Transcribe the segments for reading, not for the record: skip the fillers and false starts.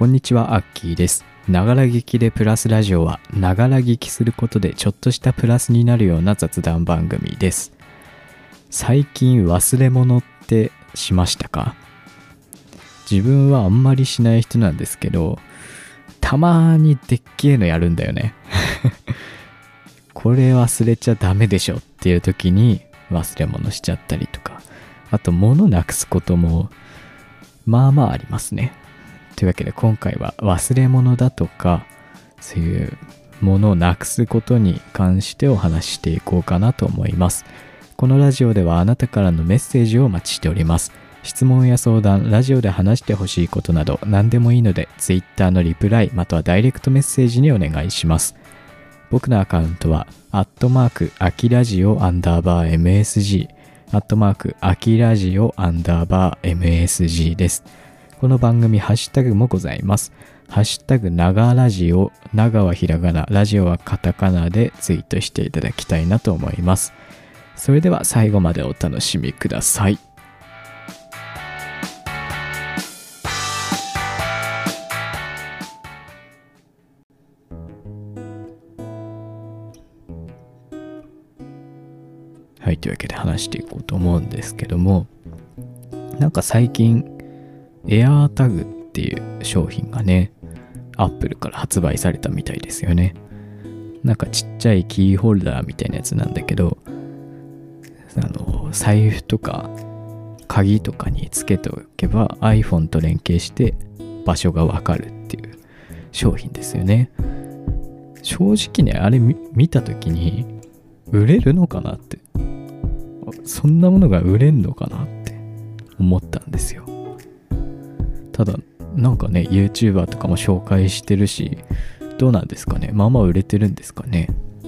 こんにちは、アッキーです。ながら聞きでプラスラジオは、ながら聞きすることでちょっとしたプラスになるような雑談番組です。最近忘れ物ってしましたか？自分はあんまりしない人なんですけど、たまにでっけえのやるんだよね。これ忘れちゃダメでしょっていう時に忘れ物しちゃったりとか、あと物なくすこともまあまあありますね。というわけで今回は忘れ物だとかそういうものをなくすことに関してお話ししていこうかなと思います。このラジオではあなたからのメッセージをお待ちしております。質問や相談、ラジオで話してほしいことなど何でもいいので Twitter のリプライまたはダイレクトメッセージにお願いします。僕のアカウントはアキラジオ_MSGアキラジオ_MSG です。この番組ハッシュタグもございます。ハッシュタグながラジオ、ながはひらがな、ラジオはカタカナでツイートしていただきたいなと思います。それでは最後までお楽しみください。はい、というわけで話していこうと思うんですけども、なんか最近AirTag っていう商品がね、Apple から発売されたみたいですよね。なんかちっちゃいキーホルダーみたいなやつなんだけど、財布とか鍵とかにつけておけば iPhone と連携して場所がわかるっていう商品ですよね。正直ね、あれ見た時に売れるのかなって、そんなものが売れんのかなって思ったんですよ。ただなんかね YouTuber とかも紹介してるし、どうなんですかね、まあまあ売れてるんですかね。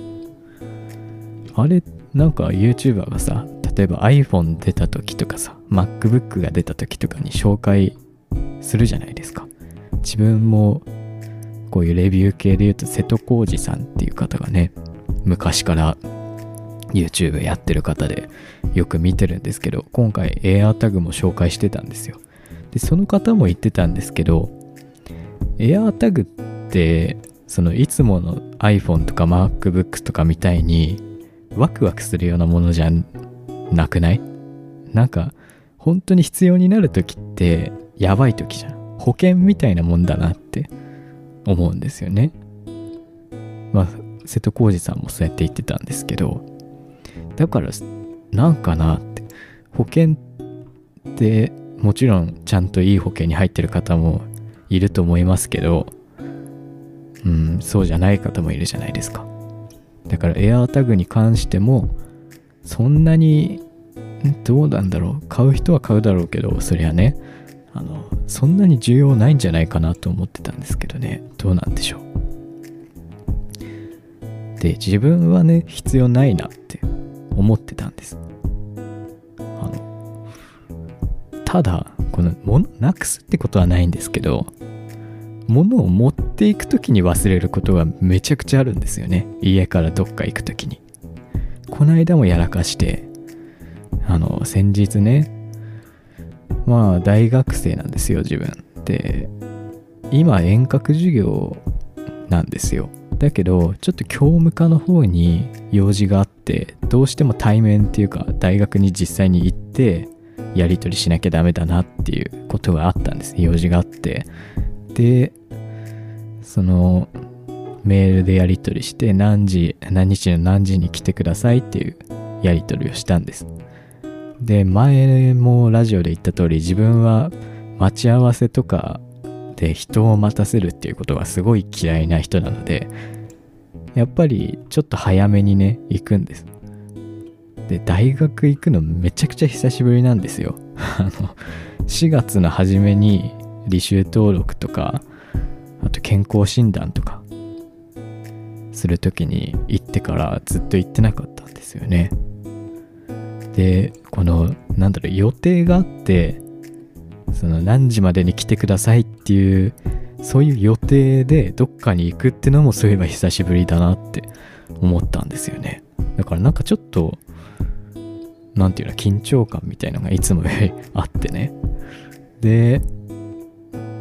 あれなんか YouTuber がさ、例えば iPhone 出た時とかさ MacBook が出た時とかに紹介するじゃないですか。自分もこういうレビュー系で言うと瀬戸康史さんっていう方がね、昔から YouTube やってる方でよく見てるんですけど、今回 AirTag も紹介してたんですよ。でその方も言ってたんですけど、 AirTag ってそのいつもの iPhone とか MacBook とかみたいにワクワクするようなものじゃなくない？なんか本当に必要になる時ってやばい時じゃん。保険みたいなもんだなって思うんですよね。まあ瀬戸康史さんもそうやって言ってたんですけど、だからなんかなって、保険ってもちろんちゃんといい保険に入ってる方もいると思いますけど、そうじゃない方もいるじゃないですか。だから AirTag に関してもそんなにどうなんだろう、買う人は買うだろうけど、そりゃねそんなに需要ないんじゃないかなと思ってたんですけどね、どうなんでしょう。で自分はね必要ないなって思ってたんです。ただこの物なくすってことはないんですけど、物を持っていくときに忘れることがめちゃくちゃあるんですよね。家からどっか行くときに。この間もやらかして、先日ね、まあ大学生なんですよ自分で。今遠隔授業なんですよ。だけどちょっと教務課の方に用事があって、どうしても対面っていうか大学に実際に行ってやり取りしなきゃダメだなっていうことがあったんです。用事があって、でそのメールでやり取りして何日の何時に来てくださいっていうやり取りをしたんです。で前もラジオで言った通り、自分は待ち合わせとかで人を待たせるっていうことがすごい嫌いな人なので、やっぱりちょっと早めにね行くんです。で大学行くのめちゃくちゃ久しぶりなんですよ。4月の初めに履修登録とか、あと健康診断とかするときに行ってからずっと行ってなかったんですよね。でこの予定があって、その何時までに来てくださいっていうそういう予定でどっかに行くってのもそういえば久しぶりだなって思ったんですよね。だからなんかちょっと緊張感みたいなのがいつもよりあってね。で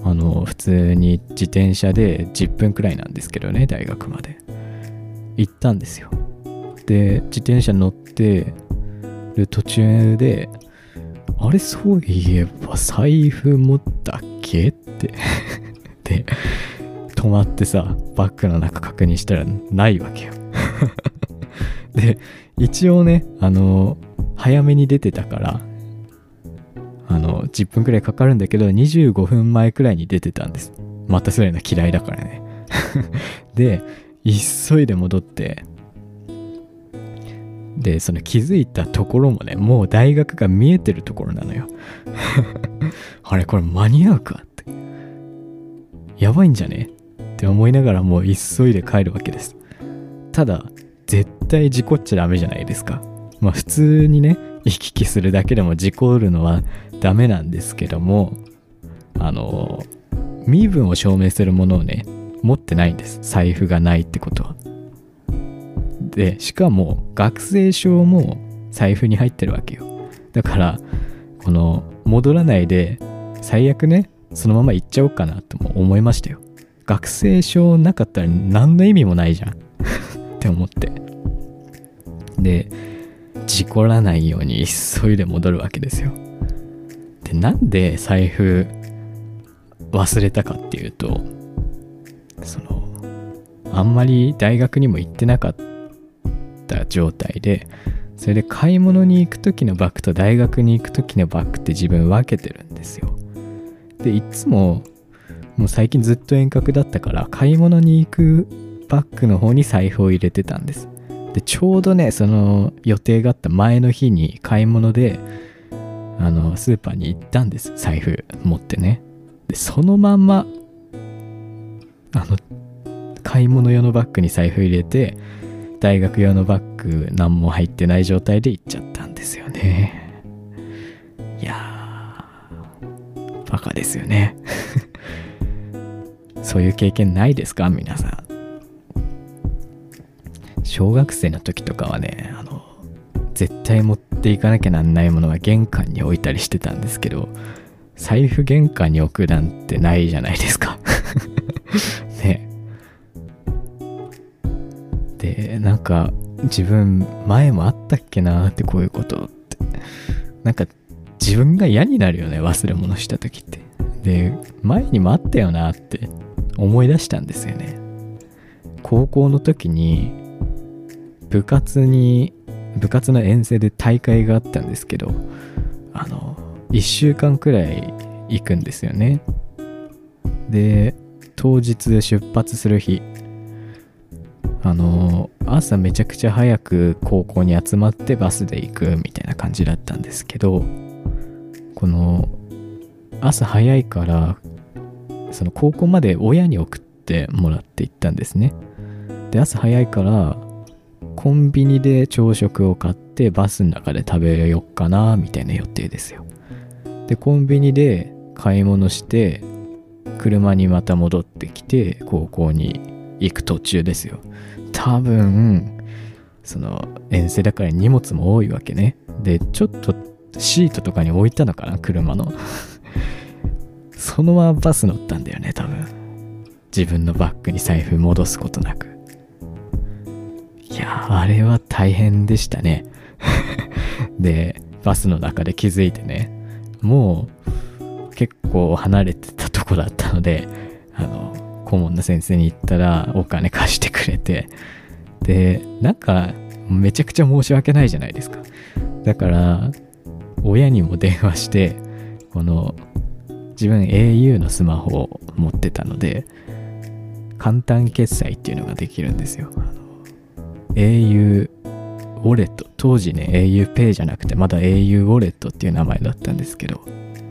普通に自転車で10分くらいなんですけどね、大学まで行ったんですよ。で自転車乗ってる途中で、あれ、そういえば財布持ったっけってで止まってさ、バッグの中確認したらないわけよで一応ね、早めに出てたから10分くらいかかるんだけど、25分前くらいに出てたんです。またそういうの嫌いだからねで急いで戻って、でその気づいたところもね、もう大学が見えてるところなのよあれ、これ間に合うかって、やばいんじゃねって思いながら、もう急いで帰るわけです。ただ絶対事故っちゃダメじゃないですか。まあ普通にね、行き来するだけでも事故るのはダメなんですけども、身分を証明するものをね、持ってないんです、財布がないってことは。でしかも学生証も財布に入ってるわけよ。だからこの戻らないで、最悪ね、そのまま行っちゃおうかなとも思いましたよ。学生証なかったら何の意味もないじゃんって思って、で事故らないように急いで戻るわけですよ。でなんで財布忘れたかっていうと、あんまり大学にも行ってなかった状態で、それで買い物に行く時のバッグと大学に行く時のバッグって自分分けてるんですよ。でいつも、もう最近ずっと遠隔だったから、買い物に行くバッグの方に財布を入れてたんです。でちょうどね、その予定があった前の日に買い物でスーパーに行ったんです、財布持ってね。でそのまんま買い物用のバッグに財布入れて、大学用のバッグ何も入ってない状態で行っちゃったんですよね。いやー、バカですよねそういう経験ないですか皆さん。小学生の時とかはね、絶対持っていかなきゃなんないものは玄関に置いたりしてたんですけど、財布玄関に置くなんてないじゃないですかね。でなんか自分前もあったっけなーって、こういうことって、なんか自分が嫌になるよね、忘れ物した時って。で前にもあったよなって思い出したんですよね。高校の時に部活の遠征で大会があったんですけど、1週間くらい行くんですよね。で当日出発する日、朝めちゃくちゃ早く高校に集まってバスで行くみたいな感じだったんですけど、この朝早いからその高校まで親に送ってもらって行ったんですね。で朝早いからコンビニで朝食を買ってバスの中で食べよっかなみたいな予定ですよ。でコンビニで買い物して車にまた戻ってきて高校に行く途中ですよ。多分その遠征だから荷物も多いわけね。でちょっとシートとかに置いたのかな、車のそのままバス乗ったんだよね、多分。自分のバッグに財布戻すことなく。いやあれは大変でしたねでバスの中で気づいてね、もう結構離れてたとこだったので、顧問の先生に言ったらお金貸してくれて、でなんかめちゃくちゃ申し訳ないじゃないですか。だから親にも電話して、この自分 au のスマホを持ってたので簡単決済っていうのができるんですよ。au ウォレット、当時ね au Pay じゃなくてまだ au ウォレットっていう名前だったんですけど、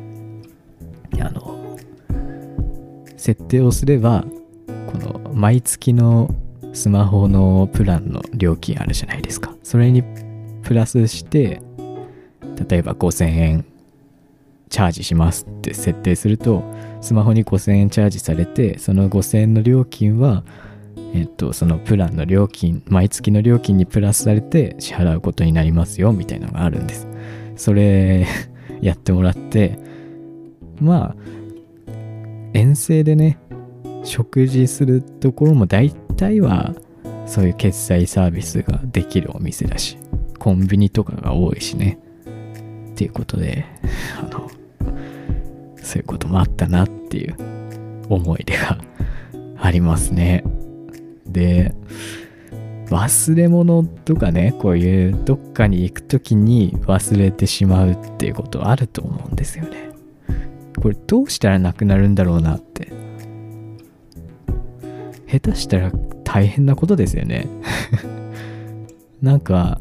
設定をすればこの毎月のスマホのプランの料金あるじゃないですか。それにプラスして例えば5000円チャージしますって設定すると、スマホに5000円チャージされて、その5000円の料金はそのプランの料金、毎月の料金にプラスされて支払うことになりますよみたいなのがあるんです。それやってもらって、まあ遠征でね食事するところも大体はそういう決済サービスができるお店だし、コンビニとかが多いしねっていうことで、そういうこともあったなっていう思い出がありますね。で、忘れ物とかね、こういうどっかに行くときに忘れてしまうっていうことあると思うんですよね。これどうしたらなくなるんだろうなって。下手したら大変なことですよね。なんか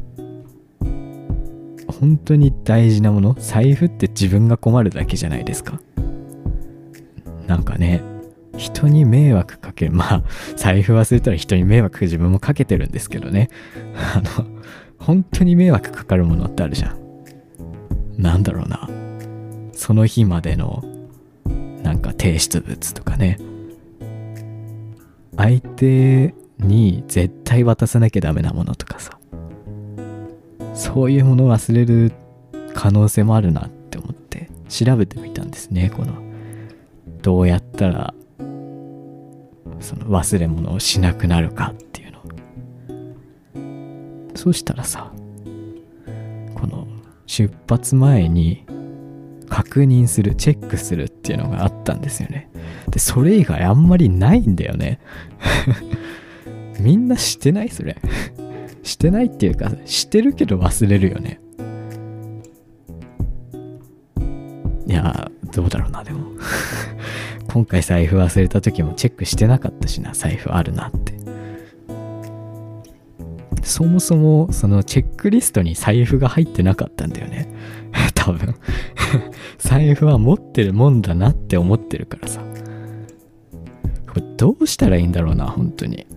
本当に大事なもの、財布って自分が困るだけじゃないですか。なんかね、人に迷惑かける、まあ財布忘れたら人に迷惑自分もかけてるんですけどね、本当に迷惑かかるものってあるじゃん。なんだろうな、その日までのなんか提出物とかね、相手に絶対渡さなきゃダメなものとかさ、そういうものを忘れる可能性もあるなって思って調べてみたんですね。このどうやったらその忘れ物をしなくなるかっていうの。そうしたらさ、この出発前に確認する、チェックするっていうのがあったんですよね。で、それ以外あんまりないんだよね。みんなしてない？それ。してないっていうか、してるけど忘れるよね。いや、どうだろうな、でも。今回財布忘れた時もチェックしてなかったしな、財布あるなって。そもそもそのチェックリストに財布が入ってなかったんだよね。多分。財布は持ってるもんだなって思ってるからさ。これどうしたらいいんだろうな、本当に。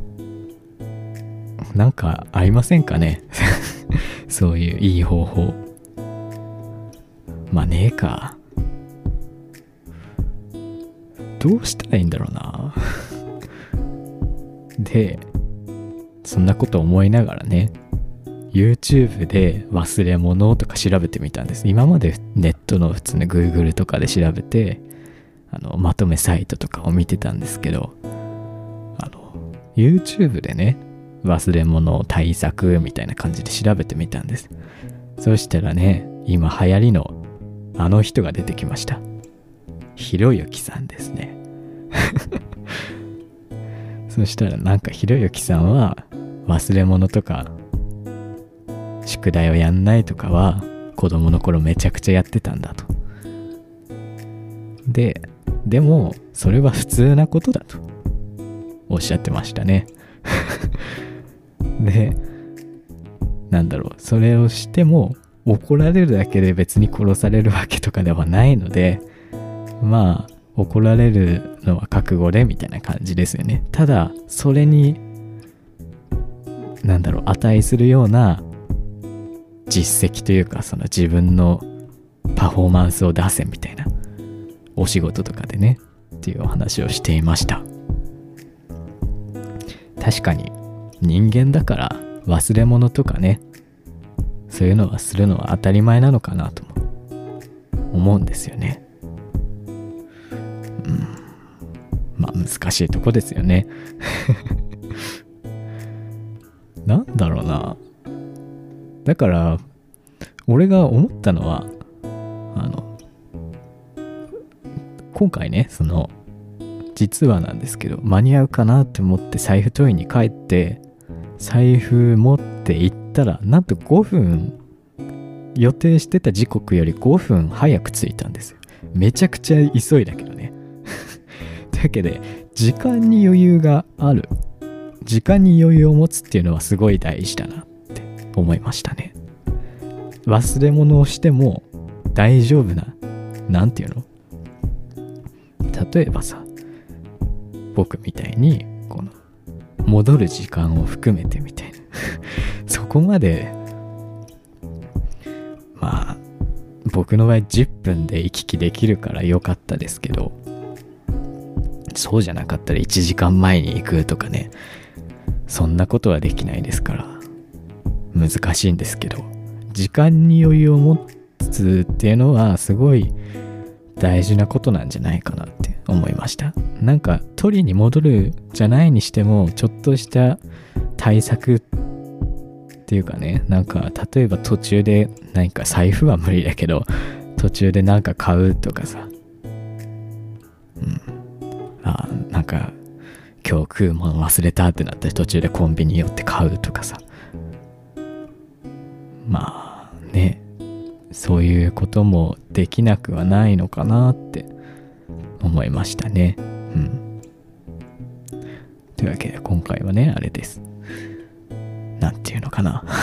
なんかありませんかね。そういういい方法。まあねえか。どうしたらいいんだろうな。で、そんなこと思いながらね、YouTube で忘れ物とか調べてみたんです。今までネットの普通の Google とかで調べて、まとめサイトとかを見てたんですけど、YouTube でね、忘れ物対策みたいな感じで調べてみたんです。そしたらね、今流行りのあの人が出てきました。ひろゆきさんですね。そしたらなんかひろゆきさんは忘れ物とか宿題をやんないとかは子供の頃めちゃくちゃやってたんだと。でもそれは普通なことだとおっしゃってましたね。で、なんだろう、それをしても怒られるだけで別に殺されるわけとかではないので、まあ怒られるのは覚悟でみたいな感じですよね。ただそれになんだろう、値するような実績というか、その自分のパフォーマンスを出せみたいな、お仕事とかでねっていうお話をしていました。確かに人間だから忘れ物とかね、そういうのはするのは当たり前なのかなとも思うんですよね。まあ難しいとこですよね。なんだろうな。だから俺が思ったのは、今回ね、その実はなんですけど、間に合うかなって思って財布取りに帰って財布持って行ったら、なんと5分、予定してた時刻より5分早く着いたんですよ。めちゃくちゃ急いだけどね。というわけで、時間に余裕がある、時間に余裕を持つっていうのはすごい大事だなって思いましたね。忘れ物をしても大丈夫な、なんていうの、例えばさ、僕みたいにこの戻る時間を含めてみたいなそこまで、まあ僕の場合10分で行き来できるから良かったですけど、そうじゃなかったら1時間前に行くとかね、そんなことはできないですから難しいんですけど、時間に余裕を持つっていうのはすごい大事なことなんじゃないかなって思いました。なんか取りに戻るじゃないにしても、ちょっとした対策っていうかね、なんか例えば途中で何か財布は無理だけど、途中でなんか買うとかさ、なんか今日食うもの忘れたってなって途中でコンビニ寄って買うとかさ、まあね、そういうこともできなくはないのかなって思いましたね。というわけで今回はね、あれです。なんていうのかな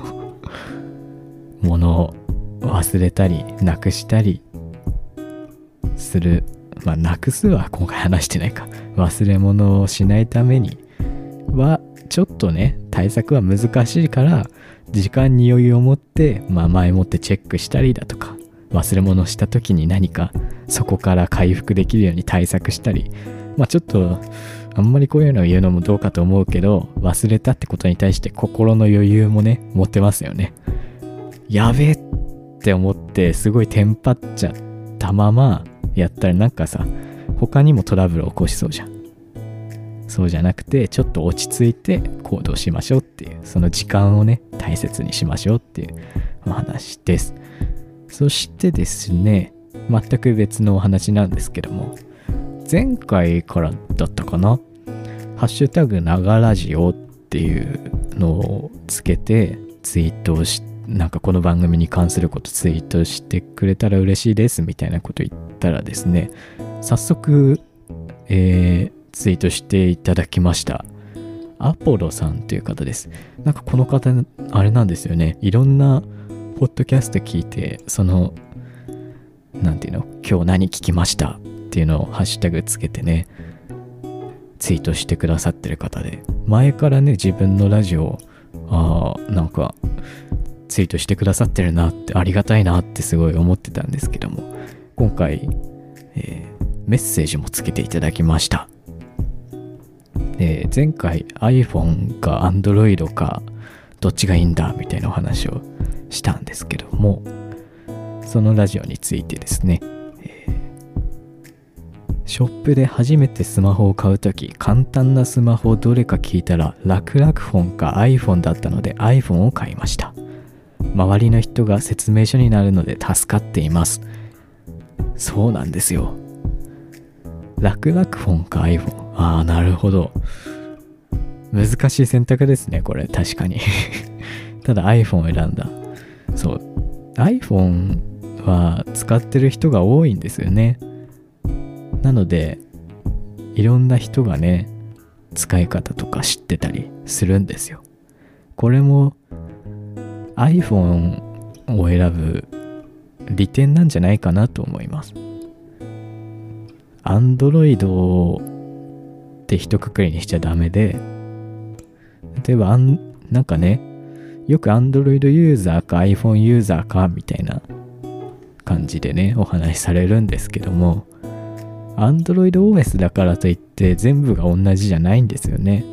物を忘れたりなくしたりする、なくすは今回話してないか。忘れ物をしないためにはちょっとね、対策は難しいから、時間に余裕を持って、前もってチェックしたりだとか、忘れ物した時に何かそこから回復できるように対策したり、ちょっとあんまりこういうのを言うのもどうかと思うけど、忘れたってことに対して心の余裕もね、持ってますよね。やべえって思ってすごいテンパっちゃったままやったら、なんかさ、他にもトラブルを起こしそうじゃん。そうじゃなくて、ちょっと落ち着いて行動しましょうっていう、その時間をね、大切にしましょうっていうお話です。そしてですね、全く別のお話なんですけども、前回からだったかな、ハッシュタグながラジオっていうのをつけてツイートをし、なんかこの番組に関することツイートしてくれたら嬉しいですみたいなこと言ったらですね、早速、ツイートしていただきました。アポロさんという方です。なんかこの方、あれなんですよね。いろんなポッドキャスト聞いて、その、なんていうの、今日何聞きましたっていうのをハッシュタグつけてね、ツイートしてくださってる方で、前からね、自分のラジオ、なんか、ツイートしてくださってるなって、ありがたいなってすごい思ってたんですけども、今回、メッセージもつけていただきました。前回 iPhone か Android かどっちがいいんだみたいなお話をしたんですけども、そのラジオについてですね、ショップで初めてスマホを買うとき、簡単なスマホどれか聞いたら楽々フォンか iPhone だったので iPhone を買いました。周りの人が説明書になるので助かっています。そうなんですよ。楽々フォンか iPhone。なるほど。難しい選択ですね、これ。確かに。ただ iPhone を選んだ。そう。iPhone は使ってる人が多いんですよね。なので、いろんな人がね、使い方とか知ってたりするんですよ。これも iPhone を選ぶ利点なんじゃないかなと思います。Android って一括りにしちゃダメで、例えばなんかね、よく Android ユーザーか iPhone ユーザーかみたいな感じでね、お話しされるんですけども、Android OS だからといって全部が同じじゃないんですよね。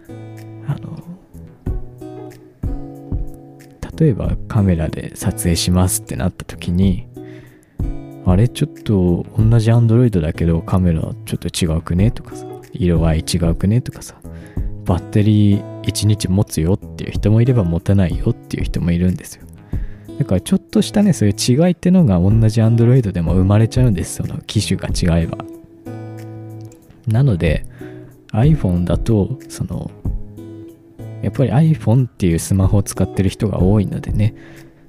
例えばカメラで撮影しますってなった時に、あれちょっと同じ Android だけどカメラちょっと違うくねとかさ、色合い違うくねとかさ、バッテリー1日持つよっていう人もいれば持たないよっていう人もいるんですよ。だからちょっとしたね、そういう違いってのが同じ Android でも生まれちゃうんです。その機種が違えば。なので iPhone だとやっぱり iPhone っていうスマホを使ってる人が多いのでね、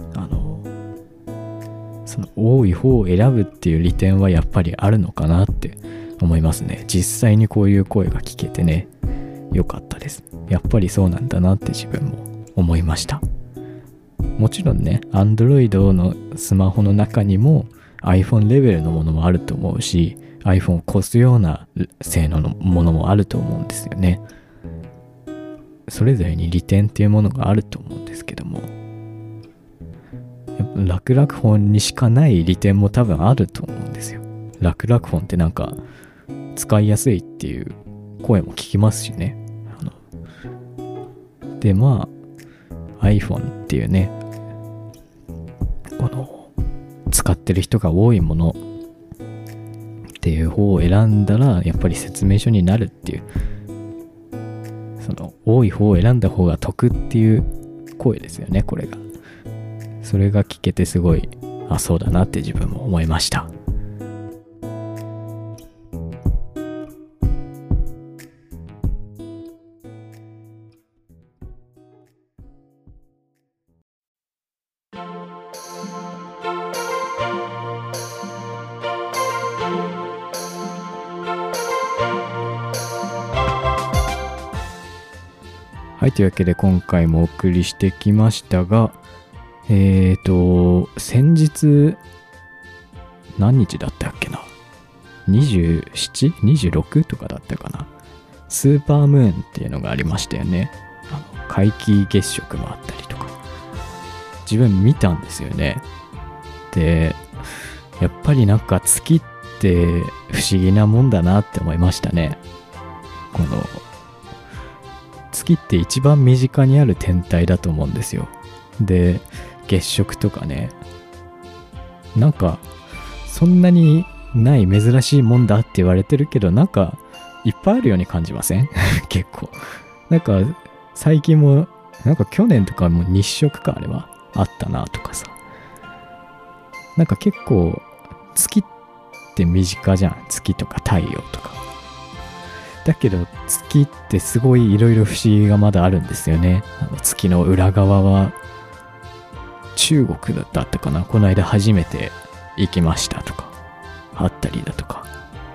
その多い方を選ぶっていう利点はやっぱりあるのかなって思いますね。実際にこういう声が聞けてね、よかったです。やっぱりそうなんだなって自分も思いました。もちろんね、Android のスマホの中にも iPhone レベルのものもあると思うし、iPhone を越すような性能のものもあると思うんですよね。それぞれに利点っていうものがあると思うんですけども、楽々フォンにしかない利点も多分あると思うんですよ。楽々フォンってなんか使いやすいっていう声も聞きますしね。でiPhone っていうね、この使ってる人が多いものっていう方を選んだらやっぱり説明書になるっていう、その多い方を選んだ方が得っていう声ですよね、これが。それが聞けてすごい、あ、そうだなって自分も思いました。はい、というわけで今回もお送りしてきましたが、先日、何日だったっけな 27?26 とかだったかな。スーパームーンっていうのがありましたよね。皆既月食もあったりとか。自分見たんですよね。で、やっぱりなんか月って不思議なもんだなって思いましたね。この月って一番身近にある天体だと思うんですよ。で、月食とかね、なんかそんなにない珍しいもんだって言われてるけど、なんかいっぱいあるように感じません？結構なんか最近もなんか去年とかも日食かあれはあったなとかさ、なんか結構月って身近じゃん。月とか太陽とかだけど月ってすごいいろいろ不思議がまだあるんですよね。月の裏側は中国だったかな、この間初めて行きましたとかあったりだとか、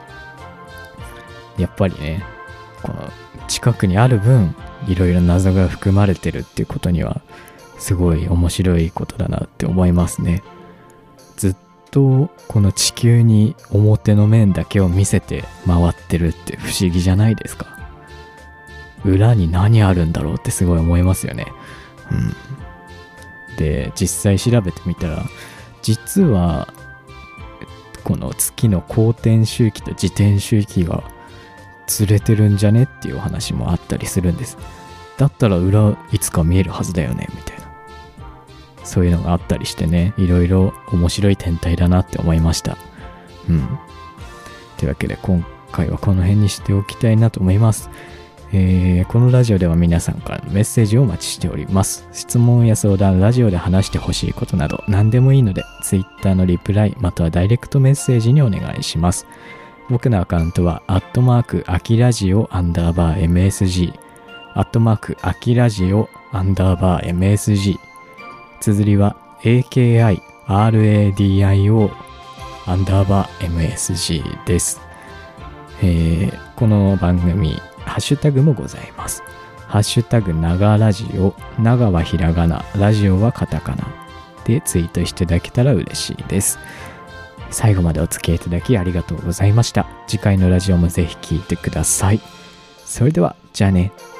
やっぱりね、この近くにある分いろいろ謎が含まれてるっていうことにはすごい面白いことだなって思いますね。ずっとこの地球に表の面だけを見せて回ってるって不思議じゃないですか。裏に何あるんだろうってすごい思いますよね。で、実際調べてみたら、実はこの月の公転周期と自転周期がずれてるんじゃねっていうお話もあったりするんです。だったら裏いつか見えるはずだよねみたいな、そういうのがあったりしてね、いろいろ面白い天体だなって思いました。というわけで今回はこの辺にしておきたいなと思います。このラジオでは皆さんからのメッセージをお待ちしております。質問や相談、ラジオで話してほしいことなど何でもいいので Twitter のリプライまたはダイレクトメッセージにお願いします。僕のアカウントはアキラジオ_MSG アキラジオ_MSG、綴りは AKIRADIO_MSG です。この番組ハッシュタグもございます。ハッシュタグ長ラジオ、長はひらがな、ラジオはカタカナでツイートしていただけたら嬉しいです。最後までお付き合いいただきありがとうございました。次回のラジオもぜひ聞いてください。それでは、じゃあね。